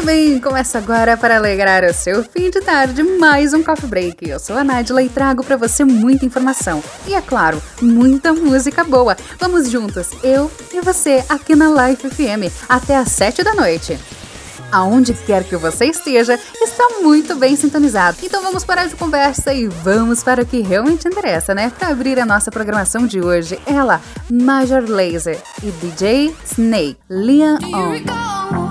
Muito bem, começa agora para alegrar o seu fim de tarde mais um Coffee Break. Eu sou a Nádia e trago para você muita informação e, é claro, muita música boa. Vamos juntos, eu e você, aqui na Life FM, até às 7 da noite. Aonde quer que você esteja, está muito bem sintonizado. Então vamos parar de conversa e vamos para o que realmente interessa, né? Para abrir a nossa programação de hoje, ela, Major Lazer e DJ Snake, Lean On.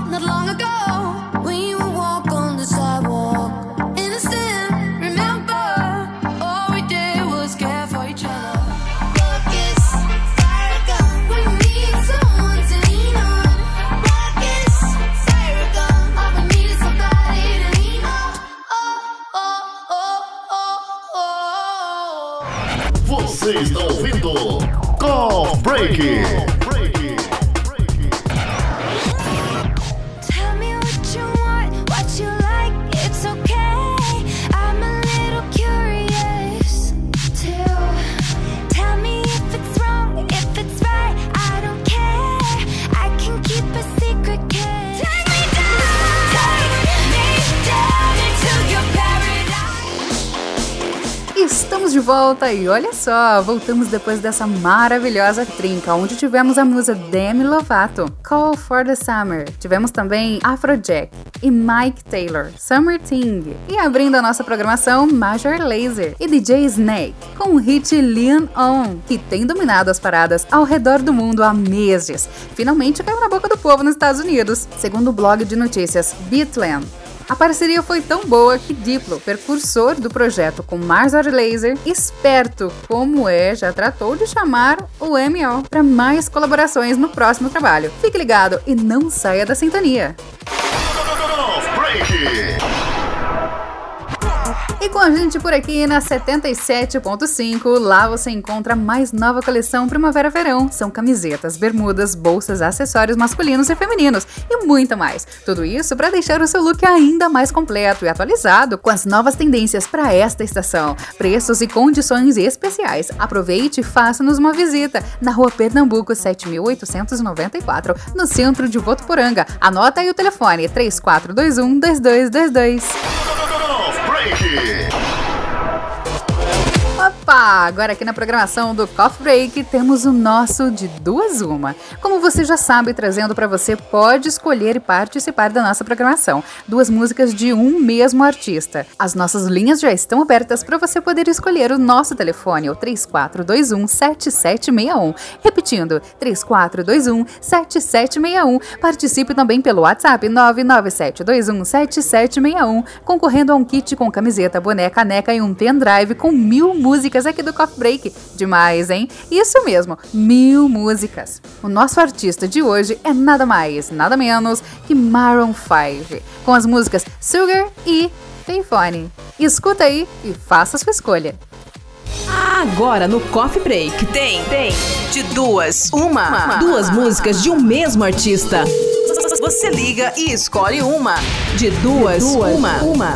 Você está ouvindo Coffee Break. Estamos de volta e olha só, voltamos depois dessa maravilhosa trinca, onde tivemos a musa Demi Lovato, Call for the Summer. Tivemos também Afrojack e Mike Taylor, Summer Thing. E abrindo a nossa programação, Major Lazer e DJ Snake, com o hit Lean On, que tem dominado as paradas ao redor do mundo há meses. Finalmente caiu na boca do povo nos Estados Unidos, segundo o blog de notícias Beatland. A parceria foi tão boa que Diplo, precursor do projeto com Major Lazer, esperto como é, já tratou de chamar o MO para mais colaborações no próximo trabalho. Fique ligado e não saia da sintonia. E com a gente por aqui na 77.5, lá você encontra a mais nova coleção Primavera-Verão. São camisetas, bermudas, bolsas, acessórios masculinos e femininos e muito mais. Tudo isso para deixar o seu look ainda mais completo e atualizado com as novas tendências para esta estação. Preços e condições especiais. Aproveite e faça-nos uma visita na Rua Pernambuco 7894, no centro de Votuporanga. Anota aí o telefone 3421-2222. Opa! Agora aqui na programação do Coffee Break temos o nosso de duas uma. Como você já sabe, trazendo para você, pode escolher e participar da nossa programação. Duas músicas de um mesmo artista. As nossas linhas já estão abertas para você poder escolher o nosso telefone, o 3421-7761. Repetindo, 3421-7761. Participe também pelo WhatsApp 99721-7761, concorrendo a um kit com camiseta, boné, caneca e um pendrive com 1000 músicas aqui do Coffee Break. Demais, hein? Isso mesmo, 1000 músicas. O nosso artista de hoje é nada mais, nada menos que Maroon 5, com as músicas Sugar e Payphone. Escuta aí e faça a sua escolha. Agora no Coffee Break tem de duas músicas de um mesmo artista. Você liga e escolhe uma. De duas, uma.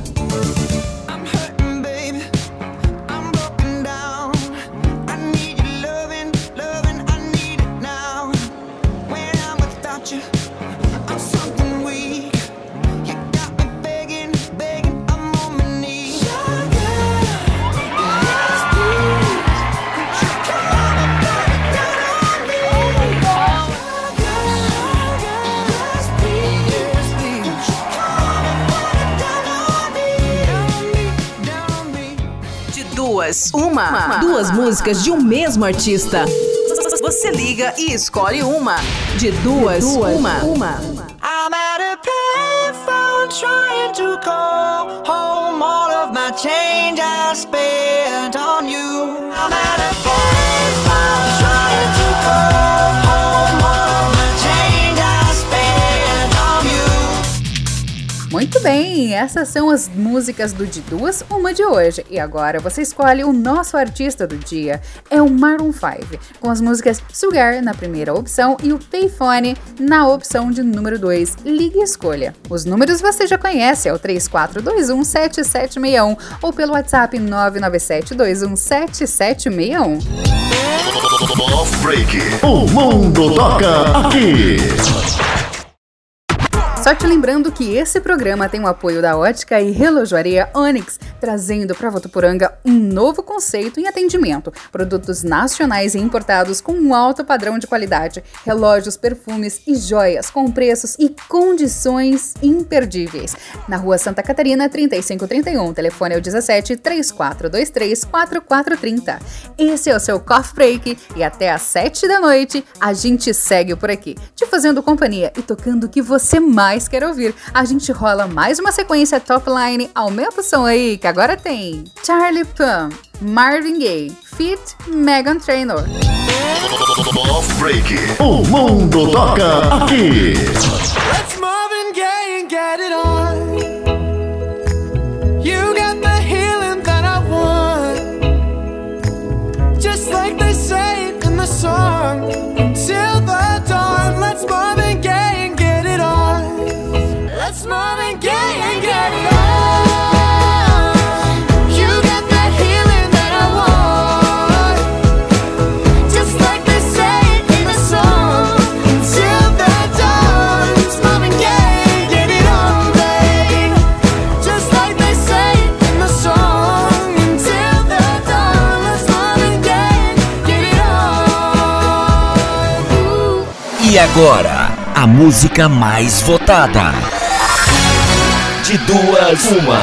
Duas músicas de um mesmo artista. Você liga e escolhe uma. De duas, uma. I'm at a payphone trying to call home all of my change I spent on you. I'm at a payphone trying to call home all of my change I spent on you. Muito bem, essas são as músicas do De Duas, Uma de hoje. E agora você escolhe o nosso artista do dia. É o Maroon 5, com as músicas Sugar na primeira opção e o Payphone na opção de número 2. Ligue e escolha. Os números você já conhece, é o 3421-7761 ou pelo WhatsApp 997217761. Off Break, o mundo toca aqui. Só te lembrando que esse programa tem o apoio da Ótica e Relojoaria Onyx, trazendo para Votuporanga um novo conceito em atendimento. Produtos nacionais e importados com um alto padrão de qualidade, relógios, perfumes e joias com preços e condições imperdíveis. Na Rua Santa Catarina, 3531, telefone é o 17 3423 4430. Esse é o seu Coffee Break e até às 7 da noite a gente segue por aqui, te fazendo companhia e tocando o que você mais quer ouvir. A gente rola mais uma sequência top line, aumenta o som aí que agora tem Charlie Puth, Marvin Gaye, feat. Meghan Trainor. Coffee Break, o mundo toca aqui. Let's Marvin Gaye and get it on. You got the healing that I want, just like they say in the song. Until the dawn, let's Marvin Gaye and get it on. Let's Marvin Gaye and get it on. You got the healing that I want, just like they say in the song. Until the dawn, let's Marvin Gaye and get it on, babe. Just like they say in the song. Until the dawn, let's Marvin Gaye and get it on. E agora, a música mais votada. De duas, uma.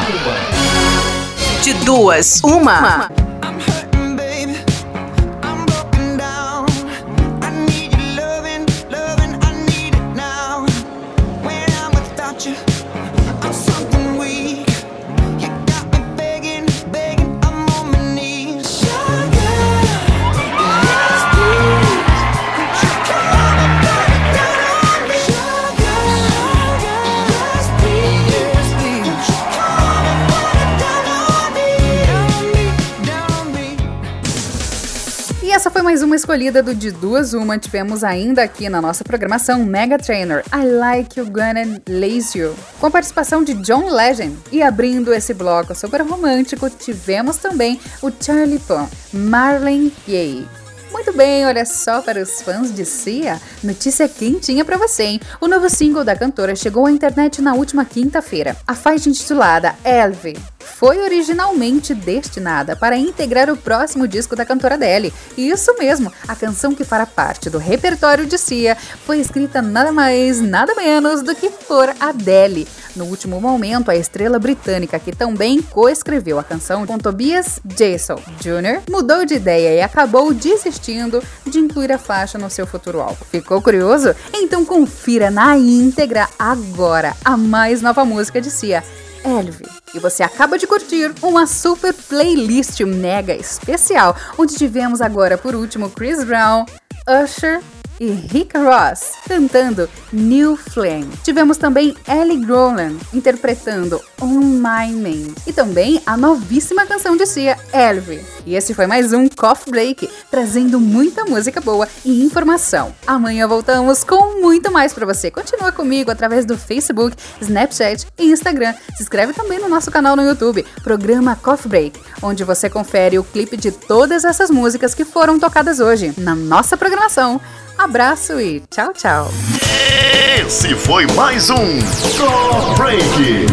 De duas, uma. I'm hurting, baby. I'm broken down. I need your loving, loving. I need it now. When I'm without you, I'm something weak. You got me begging, begging. I'm on my knees. Sugar, yes, please. Would you come and put it down on me? Sugar, yes, please. Would you come and put it down on me? Down on me, down on me. E essa foi mais uma escolhida do De Duas Uma. Tivemos ainda aqui na nossa programação Meghan Trainor, I Like You Gonna Laze You, com a participação de John Legend. E abrindo esse bloco super romântico, tivemos também o Charlie Puth, Marvin Gaye. Muito bem, olha só, para os fãs de Sia, notícia quentinha pra você, hein? O novo single da cantora chegou à internet na última quinta-feira. A faixa intitulada Elvi foi originalmente destinada para integrar o próximo disco da cantora Adele. Isso mesmo, a canção que fará parte do repertório de Sia foi escrita nada mais, nada menos do que por Adele. No último momento, a estrela britânica, que também coescreveu a canção com Tobias Jason Jr., mudou de ideia e acabou desistindo de incluir a faixa no seu futuro álbum. Ficou curioso? Então confira na íntegra agora a mais nova música de Sia, Elvi. E você acaba de curtir uma super playlist mega especial, onde tivemos agora por último Chris Brown, Usher e Rick Ross cantando New Flame. Tivemos também Ellie Goulding interpretando On My Mind e também a novíssima canção de Sia, Elvi. E esse foi mais um Coffee Break, trazendo muita música boa e informação. Amanhã voltamos com muito mais pra você. Continua comigo através do Facebook, Snapchat e Instagram. Se inscreve também no nosso canal no YouTube, Programa Coffee Break, onde você confere o clipe de todas essas músicas que foram tocadas hoje na nossa programação. Abraço e tchau, tchau. Esse foi mais um Coffee Break.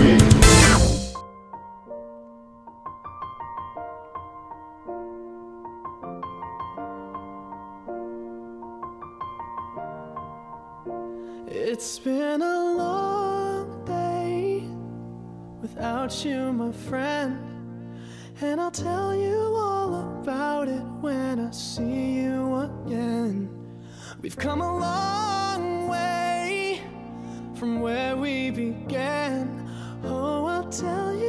It's been a long day without you, my friend, and I'll tell you all about it when I see you again. We've come a long way from where we began. Oh, I'll tell you